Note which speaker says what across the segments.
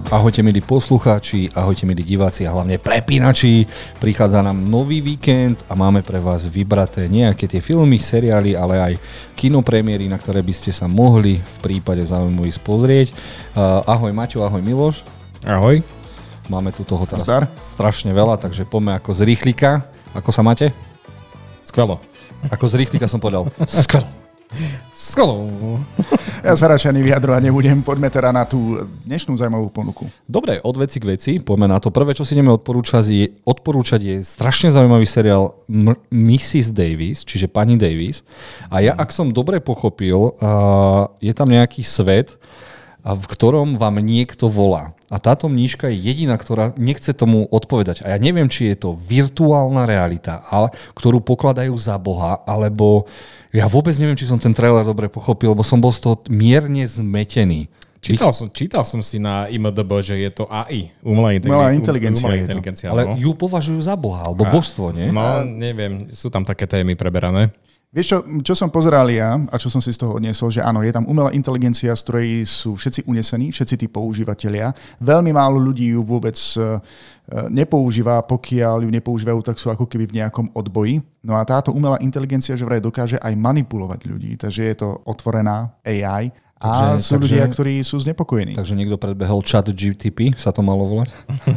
Speaker 1: Ahojte milí poslucháči, ahojte milí diváci a hlavne prepínači. Prichádza nám nový víkend a máme pre vás vybraté nejaké tie filmy, seriály, ale aj kinopremiéry, na ktoré by ste sa mohli v prípade záujmu ísť pozrieť. Ahoj Maťo, ahoj Miloš.
Speaker 2: Ahoj.
Speaker 1: Máme tu toho teraz strašne veľa, takže poďme ako z rýchlika. Ako sa máte?
Speaker 2: Skvelo.
Speaker 1: Ako z rýchlika som povedal. Skvelo.
Speaker 2: Skvelo.
Speaker 3: Ja sa radšej ani vyjadrovať nebudem. Poďme teda na tú dnešnú zaujímavú ponuku.
Speaker 1: Dobre, od veci k veci. Poďme na to. Prvé, čo si ideme odporúčať je strašne zaujímavý seriál Mrs. Davis, čiže pani Davis. A ja, ak som dobre pochopil, je tam nejaký svet, v ktorom vám niekto volá. A táto mníška je jediná, ktorá nechce tomu odpovedať. A ja neviem, či je to virtuálna realita, ktorú pokladajú za Boha, alebo ja vôbec neviem, či som ten trailer dobre pochopil, lebo som bol z toho mierne zmetený.
Speaker 2: Čítal som si na IMDb, že je to AI, umelá inteligencia.
Speaker 1: Ale ju považujú za Boha, alebo božstvo, nie?
Speaker 2: No, neviem, sú tam také témy preberané.
Speaker 3: Vieš čo som pozeral ja a čo som si z toho odniesol, že áno, je tam umelá inteligencia, z ktorej sú všetci unesení, všetci tí používatelia. Veľmi málo ľudí ju vôbec nepoužíva, pokiaľ ju nepoužívajú, tak sú ako keby v nejakom odboji. No a táto umelá inteligencia že vraj dokáže aj manipulovať ľudí, takže je to otvorená AI. A sú ľudia, ktorí sú znepokojení.
Speaker 1: Takže niekto predbehol ChatGPT, sa to malo volať?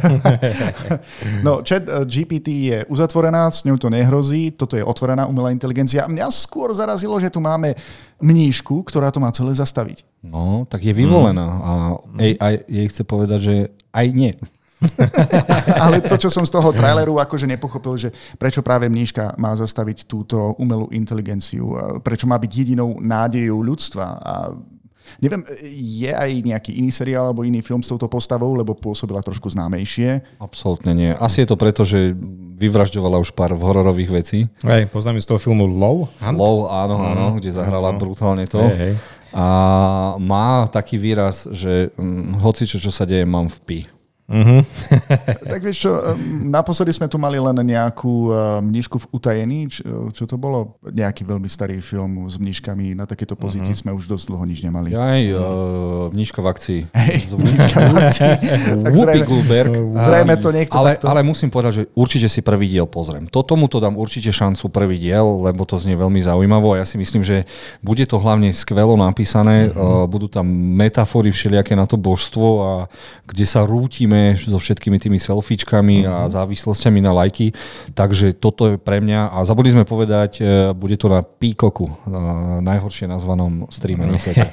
Speaker 3: No, ChatGPT je uzatvorená, s ňou to nehrozí, toto je otvorená umelá inteligencia. Mňa skôr zarazilo, že tu máme mníšku, ktorá to má celé zastaviť.
Speaker 1: No, tak je vyvolená a AI jej chce povedať, že aj nie.
Speaker 3: Ale to, čo som z toho traileru akože nepochopil, že prečo práve mníška má zastaviť túto umelú inteligenciu, prečo má byť jedinou nádejou ľudstva. A neviem, je aj nejaký iný seriál alebo iný film s touto postavou, lebo pôsobila trošku známejšie?
Speaker 1: Absolútne nie. Asi je to preto, že vyvražďovala už pár hororových vecí.
Speaker 2: Hej, poznám z toho filmu Low.
Speaker 1: Low, áno, kde zahrala brutálne to.
Speaker 2: Hej.
Speaker 1: A má taký výraz, že hocičo, čo sa deje, mám v pí.
Speaker 3: Tak vieš čo, naposledy sme tu mali len nejakú mníšku v utajení, čo to bolo? Nejaký veľmi starý film s mníškami, na takéto pozícii sme už dosť dlho nič nemali.
Speaker 1: Mníška v akcii.
Speaker 3: Mníška v akcii.
Speaker 1: Whoopi Goldberg.
Speaker 3: Zrejme to niekto takto.
Speaker 1: Ale musím povedať, že určite si prvý diel pozriem. Tomuto dám určite šancu prvý diel, lebo to znie veľmi zaujímavo a ja si myslím, že bude to hlavne skvelo napísané, budú tam metafory všelijaké na to božstvo a kde sa rútime so všetkými tými selfiečkami a závislosťami na lajky. Takže toto je pre mňa. A zabudli sme povedať, bude to na Peacocku, najhoršie nazvanom streame na svete.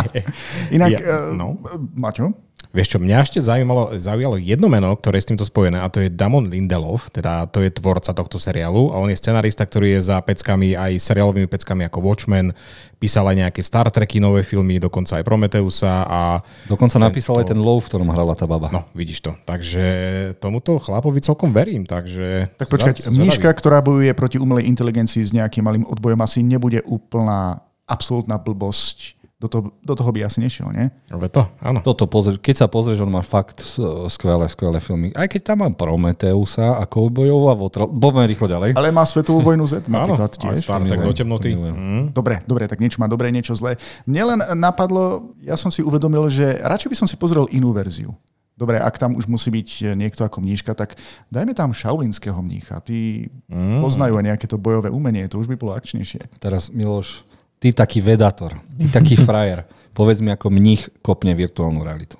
Speaker 3: Inak, Maťo?
Speaker 2: Vieš čo, mňa ešte zaujalo jedno meno, ktoré je s týmto spojené, a to je Damon Lindelof, teda to je tvorca tohto seriálu a on je scenarista, ktorý je za peckami, aj seriálovými peckami ako Watchmen, písal aj nejaké Star Treky, nové filmy, dokonca aj Prometheusa a...
Speaker 1: Dokonca napísal aj ten Low, v ktorom hrala tá baba.
Speaker 2: No, vidíš to. Takže tomuto chlapovi celkom verím, takže...
Speaker 3: Tak počkať, mníška, ktorá bojuje proti umelej inteligencii s nejakým malým odbojom, asi nebude úplná absolútna blbosť. Do toho by asi nešiel, nie?
Speaker 2: Áno.
Speaker 1: Keď sa pozrieš, on má fakt skvelé filmy. Aj keď tam mám Prometheusa a Cowboyov a Votrel. Poďme rýchlo ďalej.
Speaker 3: Ale má Svetovú vojnu Z napríklad tiež.
Speaker 2: Star Trek do temnoty.
Speaker 3: Dobre, tak niečo má dobré, niečo zlé. Mne len napadlo, ja som si uvedomil, že radšej by som si pozrel inú verziu. Dobre, ak tam už musí byť niekto ako mníška, tak dajme tam šaulinského mnícha. Tí poznajú aj nejaké to bojové umenie, to už by bolo akčnejšie.
Speaker 1: Teraz Miloš, ty taký vedátor, ty taký frajer. Povedz mi, ako mních kopne virtuálnu realitu.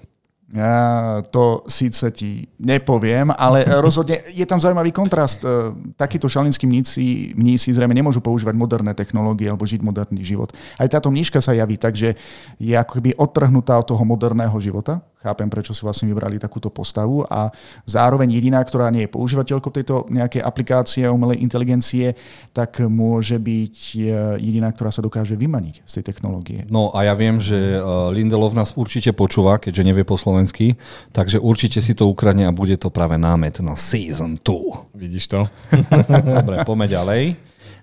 Speaker 3: Ja to síce ti nepoviem, ale rozhodne je tam zaujímavý kontrast. Takíto šalinskí mnísi zrejme nemôžu používať moderné technológie alebo žiť moderný život. Aj táto mníška sa javí tak, že je ako keby odtrhnutá od toho moderného života. Chápem, prečo si vlastne vybrali takúto postavu a zároveň jediná, ktorá nie je používateľkou tejto nejakej aplikácie umelej inteligencie, tak môže byť jediná, ktorá sa dokáže vymaniť z tej technológie.
Speaker 1: No a ja viem, že Lindelof nás určite počúva, keďže nevie po slovensky, takže určite si to ukradne a bude to práve námet na Season 2.
Speaker 2: Vidíš to?
Speaker 1: Dobre, poďme ďalej.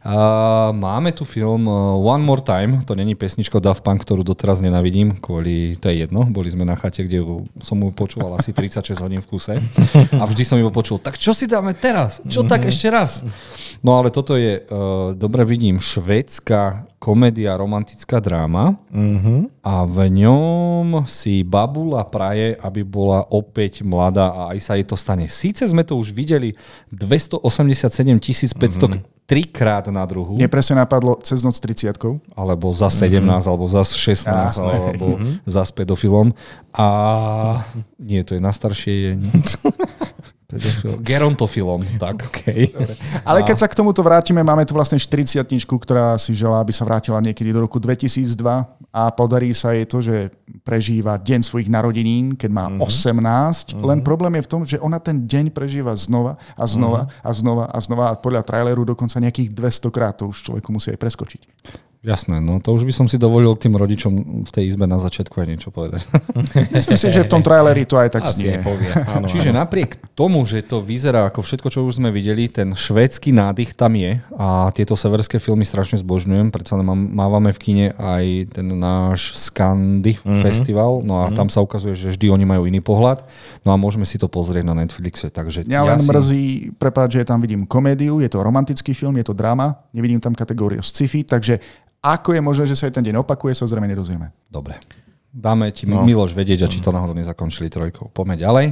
Speaker 1: Máme tu film One More Time, to není pesnička Daft Punk, ktorú doteraz nenavidím, kvôli, to je jedno, boli sme na chate, kde som mu počúval asi 36 hodín v kuse a vždy som ju počul, tak čo si dáme teraz? Čo tak ešte raz? No ale toto je, dobre vidím, švédska komédia, romantická dráma a v ňom si babula praje, aby bola opäť mladá a aj sa jej to stane. Síce sme to už videli 287 500 trikrát na druhu.
Speaker 3: Mne presne napadlo cez noc 30-kou.
Speaker 1: Alebo za 17, alebo za 16, alebo za s pedofilom. A nie, to je na staršie. Je... Gerontofilom, tak.
Speaker 2: Okay.
Speaker 3: Ale keď sa k tomuto vrátime, máme tu vlastne 40-tničku, ktorá si želá, aby sa vrátila niekedy do roku 2002 a podarí sa jej to, že prežíva deň svojich narodenín, keď má 18. Len problém je v tom, že ona ten deň prežíva znova a znova a znova a znova a podľa traileru dokonca nejakých 200 krát to už človeku musí aj preskočiť.
Speaker 1: Jasné, no to už by som si dovolil tým rodičom v tej izbe na začiatku aj niečo povedať.
Speaker 3: Myslím si, že v tom traileri to aj tak znie.
Speaker 2: Áno,
Speaker 1: Čiže napriek tomu, že to vyzerá ako všetko, čo už sme videli, ten švédsky nádych tam je a tieto severské filmy strašne zbožňujem, predsa mávame v kine aj ten náš Scandy festival, no a tam sa ukazuje, že vždy oni majú iný pohľad, no a môžeme si to pozrieť na Netflixe. Takže
Speaker 3: mňa len mrzí, prepáč, že tam vidím komédiu, je to romantický film, je to drama, nevidím tam kategóriu sci-fi, takže ako je možné, že sa aj ten deň opakuje, sa zrejme nedozvieme.
Speaker 1: Dobre. Dáme ti, Miloš, vedieť, a či to náhodou nezakončili trojkou. Poďme ďalej.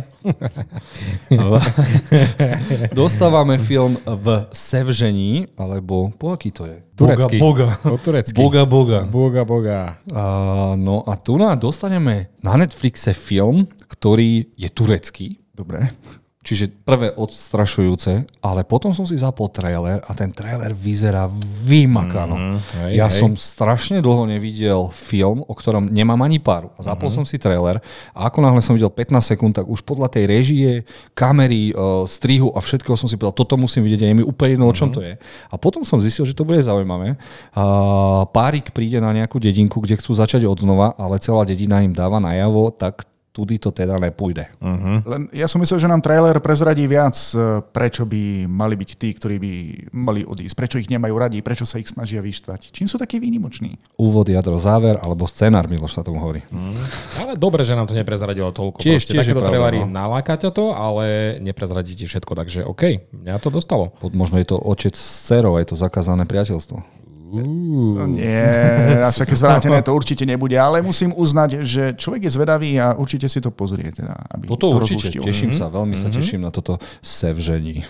Speaker 1: Dostávame film v Sevžení, alebo po aký to je?
Speaker 2: Turecký.
Speaker 1: Boga.
Speaker 2: Po turecky.
Speaker 1: Boga.
Speaker 2: Boga.
Speaker 1: No a tu dostaneme na Netflixe film, ktorý je turecký.
Speaker 3: Dobre.
Speaker 1: Čiže prvé odstrašujúce, ale potom som si zapol trailer a ten trailer vyzerá vymakano. Som strašne dlho nevidel film, o ktorom nemám ani páru. A zapol som si trailer a ako náhle som videl 15 sekúnd, tak už podľa tej režie, kamery, strihu a všetkého som si povedal, toto musím vidieť a je mi úplne jedno, o čom to je. A potom som zistil, že to bude zaujímavé. Párik príde na nejakú dedinku, kde chcú začať odznova, ale celá dedina im dáva najavo, tak tudy to teda nepôjde.
Speaker 3: Len ja som myslel, že nám trailer prezradí viac, prečo by mali byť tí, ktorí by mali odísť, prečo ich nemajú radi, prečo sa ich snažia vyštvať. Čím sú takí výnimoční?
Speaker 1: Úvod, jadro, záver, alebo scenár, Miloš sa tomu hovorí.
Speaker 2: Ale dobre, že nám to neprezradilo toľko.
Speaker 1: Tiež
Speaker 2: takéto trailery
Speaker 1: naláka
Speaker 2: ťa to, ale neprezradí ti všetko, takže OK, mňa to dostalo.
Speaker 1: Možno je to otec s dcerou, je to zakázané priateľstvo.
Speaker 3: No nie, až také zvrátené to určite nebude, ale musím uznať, že človek je zvedavý a určite si to pozrie. Teda, aby
Speaker 1: toto
Speaker 3: to
Speaker 1: určite,
Speaker 3: rozluštil.
Speaker 1: teším sa, veľmi sa teším na toto sevžení.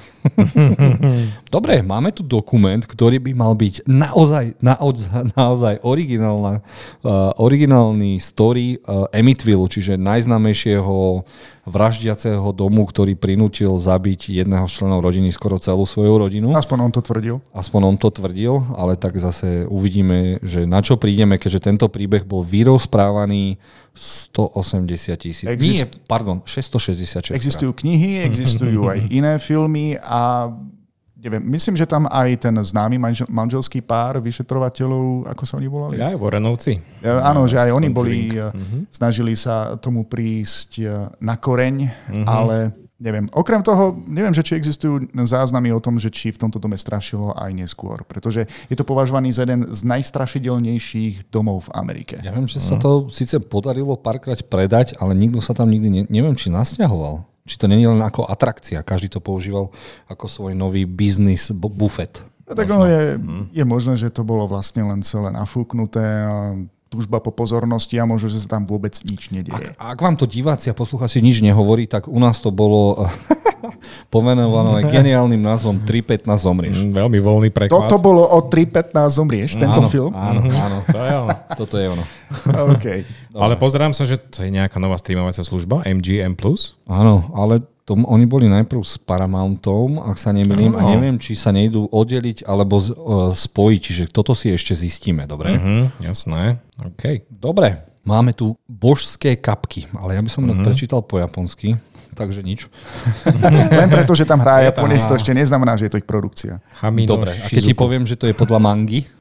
Speaker 1: Dobre, máme tu dokument, ktorý by mal byť naozaj originálny story Amityville, čiže najznámejšieho vraždiaceho domu, ktorý prinútil zabiť jedného z členov rodiny, skoro celú svoju rodinu.
Speaker 3: Aspoň on to tvrdil. Ale tak zase uvidíme, že na čo prídeme, keďže tento príbeh bol vyrozprávaný 180 000. 666. Existujú knihy, existujú aj iné filmy a neviem, myslím, že tam aj ten známy manželský pár vyšetrovateľov, ako sa oni volali?
Speaker 2: Aj Warrenovci.
Speaker 3: Áno, že aj oni boli, snažili sa tomu prísť na koreň, ale neviem. Okrem toho, neviem, že či existujú záznamy o tom, že či v tomto dome strašilo aj neskôr, pretože je to považovaný za jeden z najstrašidelnejších domov v Amerike.
Speaker 1: Ja viem, že sa to síce podarilo párkrát predať, ale nikto sa tam nikdy, neviem, či nasťahoval. Či to nie je len ako atrakcia. Každý to používal ako svoj nový biznis bufet.
Speaker 3: Tak ono je možné, že to bolo vlastne len celé nafúknuté a túžba po pozornosti a možno, že sa tam vôbec nič nedieje.
Speaker 1: Ak vám to diváci a poslucháči nič nehovorí, tak u nás to bolo pomenované geniálnym názvom 3:15 zomrieš.
Speaker 2: Veľmi voľný preklad.
Speaker 3: Toto bolo o 3:15 zomrieš, tento film?
Speaker 1: Áno. To je ono. Toto je ono.
Speaker 3: Okay.
Speaker 2: Ale pozerám sa, že to je nejaká nová streamovacia služba, MGM+.
Speaker 1: Áno, ale oni boli najprv s Paramountom, ak sa nemýlim, a neviem, či sa nejdú oddeliť alebo spojiť, čiže toto si ešte zistíme, dobre?
Speaker 2: Jasné, OK.
Speaker 1: Dobre, máme tu božské kapky, ale ja by som prečítal po japonsky, takže nič.
Speaker 3: Len preto, že tam hrá Japonec, to ešte neznamená, že je to ich produkcia.
Speaker 1: Dobre, a keď ti poviem, že to je podľa mangy?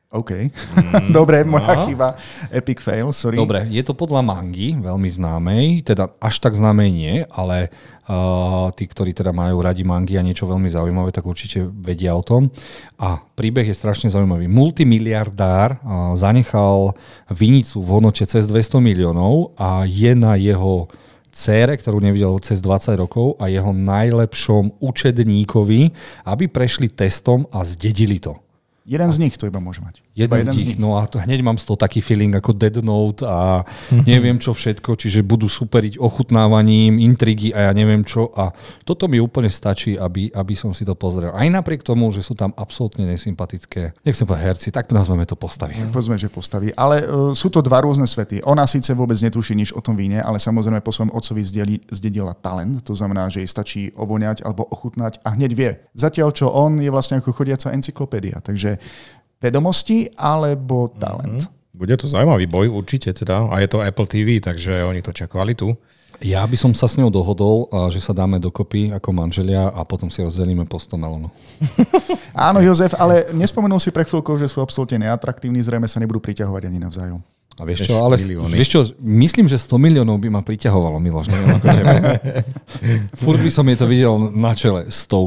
Speaker 3: OK. Dobre, moja chyba. Epic fail, sorry.
Speaker 1: Dobre, je to podľa mangy, veľmi známej, teda až tak známej nie, ale tí, ktorí teda majú radi mangy a niečo veľmi zaujímavé, tak určite vedia o tom. A príbeh je strašne zaujímavý. Multimiliardár zanechal vinicu v hodnote cez 200 miliónov a je na jeho dcére, ktorú nevidel cez 20 rokov a jeho najlepšom učedníkovi, aby prešli testom a zdedili to.
Speaker 3: Jeden z nich to iba môže mať.
Speaker 1: Jeden z nich, no a to hneď mám z toho taký feeling ako Dead Note a neviem čo všetko, čiže budú superiť ochutnávaním, intrigy a ja neviem čo a toto mi úplne stačí, aby som si to pozrel. Aj napriek tomu, že sú tam absolútne nesympatické, nechcem povedať herci, tak nazveme to postavy.
Speaker 3: Povedzme, že postavy. Ale sú to dva rôzne svety. Ona síce vôbec netuší nič o tom víne, ale samozrejme po svojom otcovi zdedila talent, to znamená, že jej stačí ovoňať alebo ochutnať a hneď vie. Zatiaľ, čo on je vlastne ako chodiaca encyklopédia, takže vedomosti alebo talent.
Speaker 2: Bude to zaujímavý boj určite teda a je to Apple TV, takže oni to čakovali tu.
Speaker 1: Ja by som sa s ňou dohodol, že sa dáme dokopy ako manželia a potom si rozdelíme po 100 melónov.
Speaker 3: Áno, Jozef, ale nespomenul si pre chvíľku, že sú absolútne neatraktívni, zrejme sa nebudú priťahovať ani navzájom.
Speaker 1: A vieš čo, ale myslím, že 100 miliónov by ma priťahovalo, Miloš. Neviem, ako tebe. Furt by som je to videl na čele.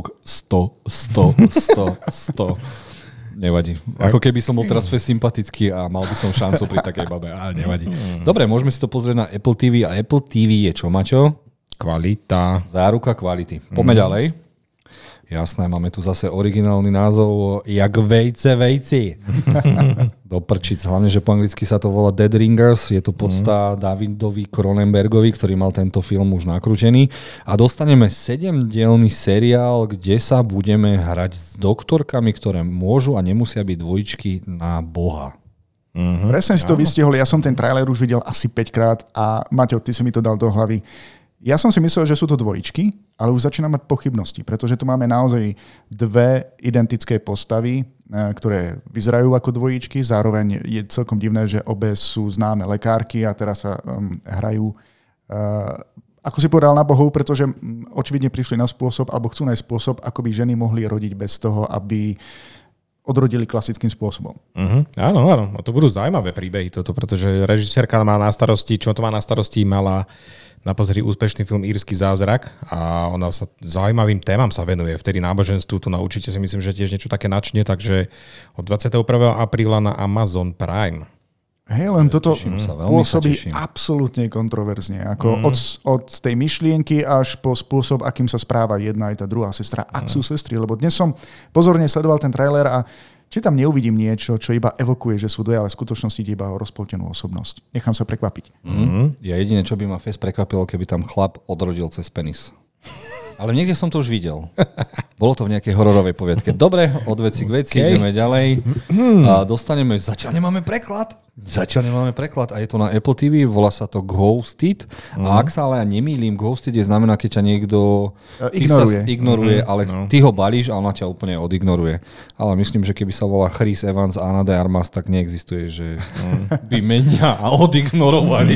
Speaker 1: 100. Nevadí. Ako keby som bol teraz sympatický a mal by som šancu pri takej babe. Ale nevadí. Dobre, môžeme si to pozrieť na Apple TV. A Apple TV je čo, Maťo?
Speaker 2: Kvalita.
Speaker 1: Záruka kvality. Poďme ďalej. Jasné, máme tu zase originálny názov Jak vejci. Do prčic. Hlavne, že po anglicky sa to volá Dead Ringers. Je to podsta Davidovi Cronenbergovi, ktorý mal tento film už nakrútený. A dostaneme 7-dielny seriál, kde sa budeme hrať s doktorkami, ktoré môžu a nemusia byť dvojičky na Boha.
Speaker 3: Presne si to vystihol. Ja som ten trailer už videl asi 5 krát a Maťo, ty si mi to dal do hlavy. Ja som si myslel, že sú to dvojičky, ale už začínam mať pochybnosti, pretože tu máme naozaj dve identické postavy, ktoré vyzerajú ako dvojičky. Zároveň je celkom divné, že obe sú známe lekárky a teraz sa hrajú, ako si povedal, na Bohu, pretože očividne prišli na spôsob, alebo chcú nájsť spôsob, ako by ženy mohli rodiť bez toho, aby odrodili klasickým spôsobom.
Speaker 2: Áno. A to budú zaujímavé príbehy toto, pretože režisérka má na starosti, čo to má na starosti, mala na pozri úspešný film Írsky zázrak a ona sa zaujímavým témam sa venuje. Vtedy náboženstvu, to určite si myslím, že tiež niečo také načne, takže od 21. apríla na Amazon Prime.
Speaker 3: Hej, len toto pôsobí absolútne kontroverzne. Ako od tej myšlienky až po spôsob, akým sa správa jedna aj tá druhá sestra, ak sú sestry. Lebo dnes som pozorne sledoval ten trailer a či tam neuvidím niečo, čo iba evokuje, že sú dve, ale v skutočnosti ide iba o rozpoltenú osobnosť. Nechám sa prekvapiť.
Speaker 1: Ja jediné, čo by ma fest prekvapilo, keby tam chlap odrodil cez penis. Ale niekde som to už videl. Bolo to v nejakej hororovej poviedke. Dobre, od veci k veci, ideme ďalej. A dostaneme, zatiaľ nemáme preklad a je to na Apple TV, volá sa to Ghosted. A ak sa ale ja nemýlim, Ghosted je znamená, keď ťa niekto ignoruje, ale ty ho balíš a ona ťa úplne odignoruje. Ale myslím, že keby sa volá Chris Evans a Ana de Armas, tak neexistuje, že by menia a odignorovali.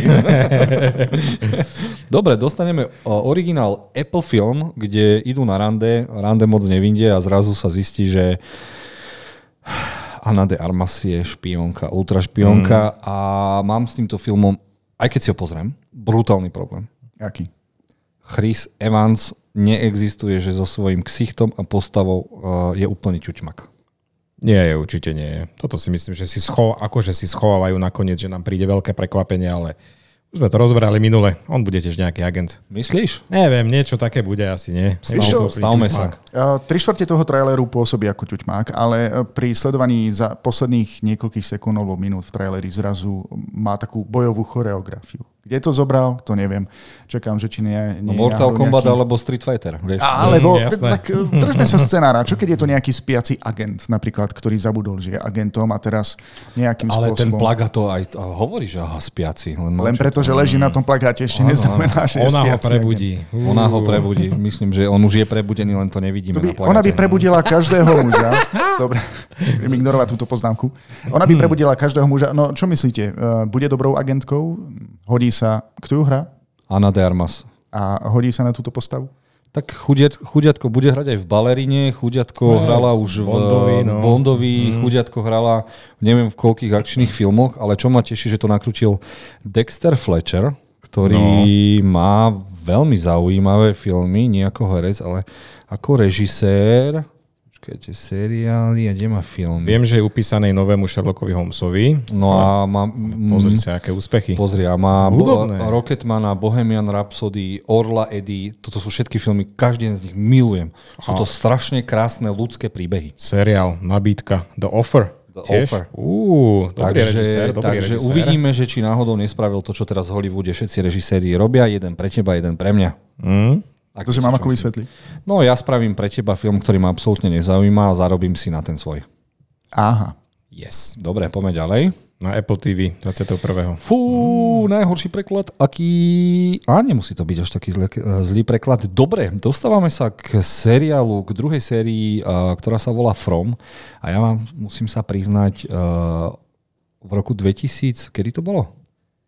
Speaker 1: Dobre, dostaneme originál Apple film, kde idú na rande moc nevindie a zrazu sa zistí, že Ana de Armas je špiónka, ultrašpiónka a mám s týmto filmom, aj keď si ho pozriem, brutálny problém.
Speaker 3: Aký?
Speaker 1: Chris Evans neexistuje, že so svojím ksichtom a postavou je úplný ťuťmak.
Speaker 2: Nie, určite nie. Toto si myslím, že si schovávajú nakoniec, že nám príde veľké prekvapenie, ale už sme to rozberali minule. On bude tiež nejaký agent.
Speaker 1: Myslíš?
Speaker 2: Neviem, niečo také bude asi, nie?
Speaker 1: Stavme sa.
Speaker 3: 3/4 toho traileru pôsobí ako ťuťmák, ale pri sledovaní za posledných niekoľkých sekúnd alebo minút v traileri zrazu má takú bojovú choreografiu. Kde to zobral, to neviem. Čakám, že či nie
Speaker 1: Mortal Kombat alebo Street Fighter. Vieš?
Speaker 3: Alebo tak držme sa scenára. Čo keď je to nejaký spiaci agent, napríklad, ktorý zabudol, že je agentom a teraz nejakým spôsobom...
Speaker 1: Ale ten plagát to aj hovorí, že spiaci.
Speaker 3: Len preto, že leží na tom plagáte, ešte neznamená, že je spiaci.
Speaker 2: Ona ho
Speaker 1: prebudí. Myslím, že on už je prebudený, len to nevidíme na plagáte.
Speaker 3: Ona by prebudila každého muža. Dobre, idem ignorovať túto poznámku. Ona by prebudila každého muža. No, čo myslíte? Bude dobrou agentkou? Hodí sa... Kto ju hrá?
Speaker 1: Ana de Armas.
Speaker 3: A hodí sa na túto postavu?
Speaker 1: Tak chudiatko bude hrať aj v Balerine, chudiatko hrala už v Bondovi, chudiatko hrala neviem v koľkých akčných filmoch, ale čo ma teší, že to nakrutil Dexter Fletcher, ktorý má veľmi zaujímavé filmy, nie ako herec, ale ako režisér. Počkajte, seriály a kde má filmy?
Speaker 2: Viem, že je upísaný novému Sherlockovi Holmesovi.
Speaker 1: No a má...
Speaker 2: Pozri sa, aké úspechy.
Speaker 1: Pozri, a má Rocketmana, Bohemian Rhapsody, Orla Eddie. Toto sú všetky filmy, každý z nich milujem. Sú to strašne krásne ľudské príbehy.
Speaker 2: Seriál, nabídka, The Offer.
Speaker 1: Offer.
Speaker 2: Dobrý režisér.
Speaker 1: Takže uvidíme, že či náhodou nespravil to, čo teraz v Hollywoode všetci režiséri robia. Jeden pre teba, jeden pre mňa.
Speaker 3: To si mám ako vysvetliť?
Speaker 1: No ja spravím pre teba film, ktorý ma absolútne nezaujíma a zarobím si na ten svoj.
Speaker 3: Aha.
Speaker 2: Yes.
Speaker 1: Dobre, poďme ďalej.
Speaker 2: Na Apple TV 21.
Speaker 1: Fú, najhorší preklad. Nemusí to byť až taký zlý preklad. Dobre, dostávame sa k seriálu, k druhej sérii, ktorá sa volá From. A ja vám musím sa priznať, v roku 2000, kedy to bolo?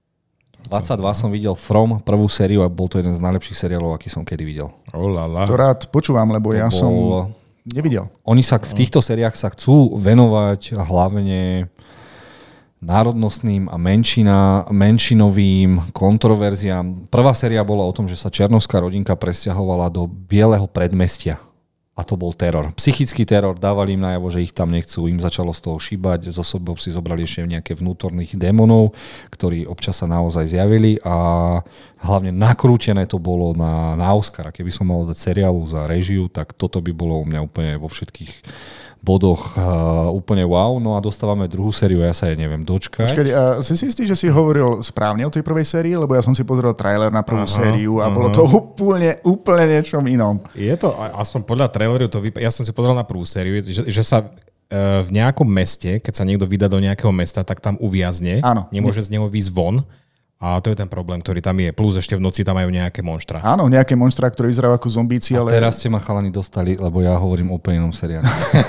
Speaker 1: 22 som videl From, prvú sériu a bol to jeden z najlepších seriálov, aký som kedy videl.
Speaker 3: To rád počúvam, lebo ja som nevidel.
Speaker 1: Oni sa v týchto sériách sa chcú venovať hlavne národnostným a menšinovým kontroverziám. Prvá séria bola o tom, že sa černovská rodinka presťahovala do bieleho predmestia. A to bol teror. Psychický teror, dávali im najavo, že ich tam nechcú. Im začalo z toho šíbať. Zo sebou si zobrali ešte nejaké vnútorných démonov, ktorí občas sa naozaj zjavili a hlavne nakrútené to bolo na Oscara. Keby som mal dať seriálu za režiu, tak toto by bolo u mňa úplne vo všetkých bodoch úplne wow. No a dostávame druhú sériu, ja sa neviem dočkať.
Speaker 3: Počkaj, si istý, že si hovoril správne o tej prvej sérii? Lebo ja som si pozrel trailer na prvú sériu a bolo to úplne niečom inom.
Speaker 2: Je to, aspoň podľa traileru, ja som si pozrel na prvú sériu, že sa v nejakom meste, keď sa niekto vydá do nejakého mesta, tak tam uviazne.
Speaker 3: Áno.
Speaker 2: Nemôže z neho výjsť von. A to je ten problém, ktorý tam je. Plus ešte v noci tam majú nejaké monštra.
Speaker 3: Áno, nejaké monštra, ktoré vyzerajú ako zombíci, ale...
Speaker 1: A teraz ste ma chalani dostali, lebo ja hovorím o úplne inom seriáli.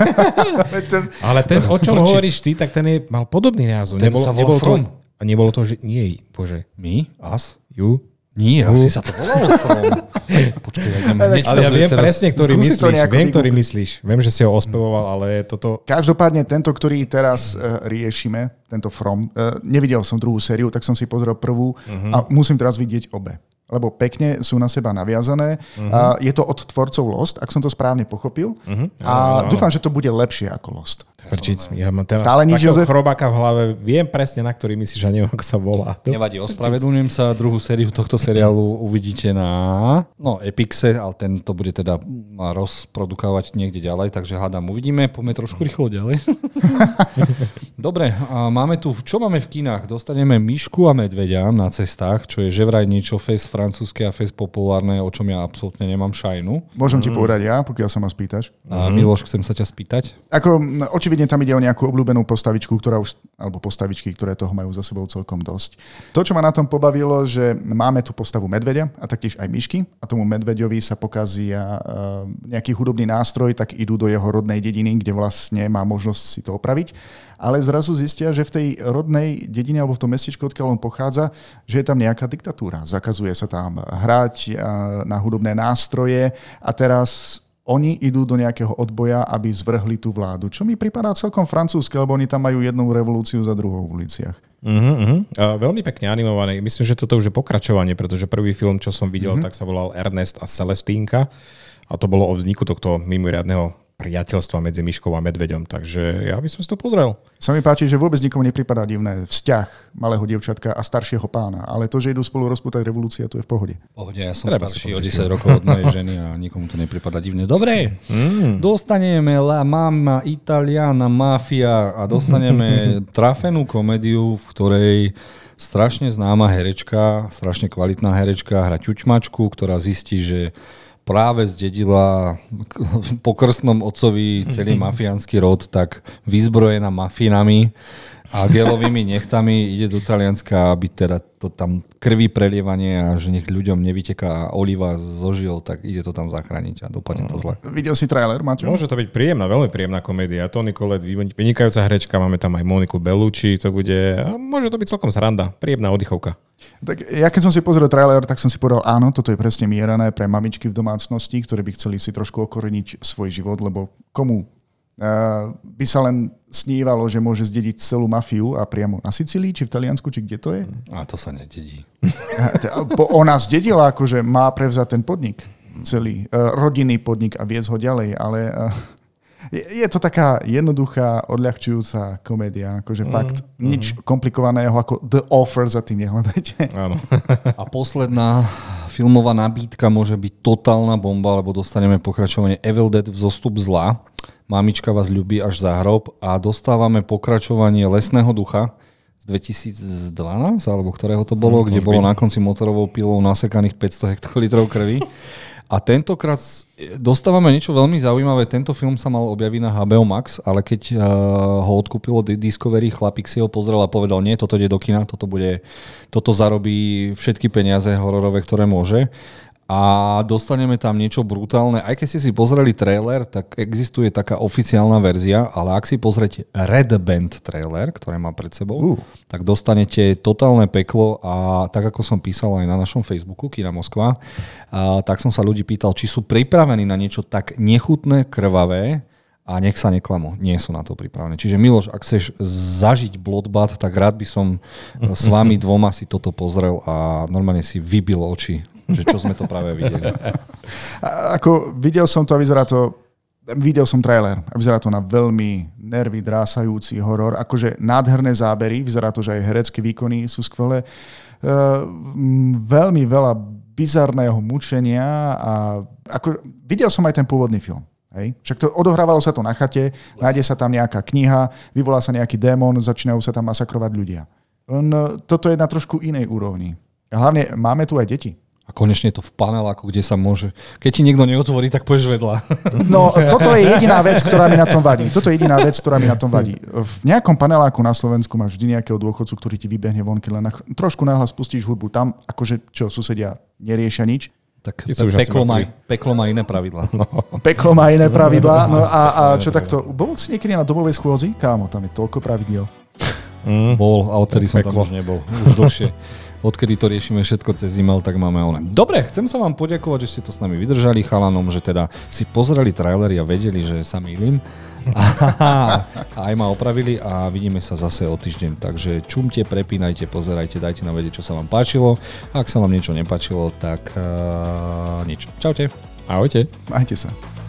Speaker 2: Ale ten, o čom hovoríš ty, tak ten mal podobný názov.
Speaker 1: Ten sa volá From.
Speaker 2: A nebolo to, že... Nie, bože.
Speaker 1: My? Us?
Speaker 2: You?
Speaker 1: Nie, asi sa to volalo From. Počkaj,
Speaker 2: ale ja viem presne, ktorý myslíš. Viem, že si ho ospevoval, ale toto...
Speaker 3: Každopádne tento, ktorý teraz riešime, tento From, nevidel som druhú sériu, tak som si pozrel prvú a musím teraz vidieť obe. Lebo pekne sú na seba naviazané. Je to od tvorcov Lost, ak som to správne pochopil. A dúfam, že to bude lepšie ako Lost.
Speaker 2: Ja mám teraz
Speaker 3: stále nič,
Speaker 2: takého chrobáka v hlave. Viem presne, na ktorý myslíš, a neviem, ako sa volá.
Speaker 1: Nevadí, ospravedlňujem sa. Druhú sériu tohto seriálu uvidíte na Epixe, ale ten to bude teda rozprodukovať niekde ďalej, takže hádam, uvidíme. Poďme trošku rýchlo ďalej. Dobre, a máme tu, čo máme v kinách? Dostaneme myšku a medveďa na cestách, čo je že vraj niečo fest francúzske a fest populárne, o čom ja absolútne nemám šajnu.
Speaker 3: Môžem ti povedať ja, pokiaľ sa ma spýtaš.
Speaker 1: Miloš, chcem sa ťa spýtať.
Speaker 3: Očividne tam ide o nejakú obľúbenú postavičku, alebo postavičky, ktoré toho majú za sebou celkom dosť. To, čo ma na tom pobavilo, že máme tu postavu medveďa a taktiež aj myšky a tomu medveďovi sa pokazia nejaký hudobný nástroj, tak idú do jeho rodnej dediny, kde vlastne má možnosť si to opraviť. Ale zrazu zistia, že v tej rodnej dedine alebo v tom mestečku, odkiaľ on pochádza, že je tam nejaká diktatúra. Zakazuje sa tam hrať na hudobné nástroje a teraz oni idú do nejakého odboja, aby zvrhli tú vládu. Čo mi pripadá celkom francúzske, lebo oni tam majú jednu revolúciu za druhou v uliciach.
Speaker 2: Veľmi pekne animované. Myslím, že toto už je pokračovanie, pretože prvý film, čo som videl, tak sa volal Ernest a Celestínka. A to bolo o vzniku tohto mimoriadneho priateľstva medzi myškou a medveďom. Takže ja by som si to pozrel.
Speaker 3: Sa mi páči, že vôbec nikomu nepripadá divné vzťah malého dievčatka a staršieho pána. Ale to, že idú spolu rozpútať revolúcia, to je v pohode.
Speaker 1: Ja som starší o 10 rokov od mojej ženy a nikomu to nepripadá divné. Dobre, dostaneme La Mamma Italiana Mafia a dostaneme trafenú komédiu, v ktorej strašne známa herečka, strašne kvalitná herečka hra ťuťmačku, ktorá zistí, že práve zdedila po krstnom otcovi celý mafiánsky rod, tak vyzbrojená mafínami A gelovými nechtami ide do Talianska, aby teda to tam krví prelievanie a že nech ľuďom nevyteká oliva zo žil, tak ide to tam zachrániť a dopadne to zle.
Speaker 3: Videl si trailer, Maťo?
Speaker 2: Môže to byť príjemná, veľmi príjemná komédia. Toni Collette, vynikajúca herečka, máme tam aj Moniku Bellucci, to bude, môže to byť celkom sranda, príjemná oddychovka.
Speaker 3: Tak ja keď som si pozrel trailer, tak som si povedal, áno, toto je presne mierané pre mamičky v domácnosti, ktoré by chceli si trošku okoreniť svoj život, lebo komu by sa len snívalo, že môže zdediť celú mafiu a priamo na Sicílii, či v Taliansku, či kde to je?
Speaker 1: A to sa nededí.
Speaker 3: Ona zdedila, akože má prevzať ten podnik, celý rodinný podnik a viesť ho ďalej, ale je to taká jednoduchá, odľahčujúca komédia, akože fakt nič komplikovaného ako The Offer, za tým nehľadajte.
Speaker 2: Áno.
Speaker 1: A posledná filmová nabídka môže byť totálna bomba, lebo dostaneme pokračovanie Evil Dead Vzostup zla. Mamička vás ľubí až za hrob a dostávame pokračovanie Lesného ducha z 2012, alebo ktorého to bolo, kde bolo na konci motorovou pilou nasekaných 500 hektolitrov krvi. A tentokrát dostávame niečo veľmi zaujímavé. Tento film sa mal objaviť na HBO Max, ale keď ho odkúpilo Discovery, chlapík si ho pozrel a povedal, nie, toto ide do kina, toto zarobí všetky peniaze hororové, ktoré môže. A dostaneme tam niečo brutálne. Aj keď ste si pozreli trailer, tak existuje taká oficiálna verzia, ale ak si pozrete Red Band trailer, ktoré mám pred sebou, tak dostanete totálne peklo a tak ako som písal aj na našom Facebooku Kina Moskva, tak som sa ľudí pýtal, či sú pripravení na niečo tak nechutné, krvavé a nech sa neklamú. Nie sú na to pripravení. Čiže Miloš, ak chceš zažiť Bloodbath, tak rád by som s vami dvoma si toto pozrel a normálne si vybil oči, že čo sme to práve videli.
Speaker 3: Ako videl som trailer a vyzerá to na veľmi nervy drásajúci horor. Akože nádherné zábery, vyzerá to, že aj herecké výkony sú skvelé. Veľmi veľa bizarného mučenia a videl som aj ten pôvodný film. Hej? Však odohrávalo sa to na chate, nájde sa tam nejaká kniha, vyvolá sa nejaký démon, začínajú sa tam masakrovať ľudia. Toto je na trošku inej úrovni. A hlavne máme tu aj deti.
Speaker 1: A konečne to v paneláku, kde sa môže... Keď ti niekto neotvorí, tak pôjdeš vedľa.
Speaker 3: No, toto je jediná vec, ktorá mi na tom vadí. V nejakom paneláku na Slovensku máš vždy nejakého dôchodcu, ktorý ti vybehne von, keď len trošku náhlas pustíš hudbu. Tam, akože, susedia neriešia nič.
Speaker 1: Tak peklo má iné pravidlá.
Speaker 3: No. Peklo má iné pravidlá. No a čo takto? Bol si niekedy na domovej schôdzi? Kámo, tam je toľko pravidiel.
Speaker 1: Bol, a odtedy som tam už nebol. Už dlhšie. Odkedy to riešime všetko cez e-mail, tak máme one. Dobre, chcem sa vám poďakovať, že ste to s nami vydržali, chalanom, že teda si pozreli trailery a vedeli, že sa mýlim. A aj ma opravili a vidíme sa zase o týždeň. Takže čumte, prepínajte, pozerajte, dajte nám vedieť, čo sa vám páčilo. Ak sa vám niečo nepáčilo, tak nič. Čaute.
Speaker 2: Ahojte.
Speaker 3: Majte sa.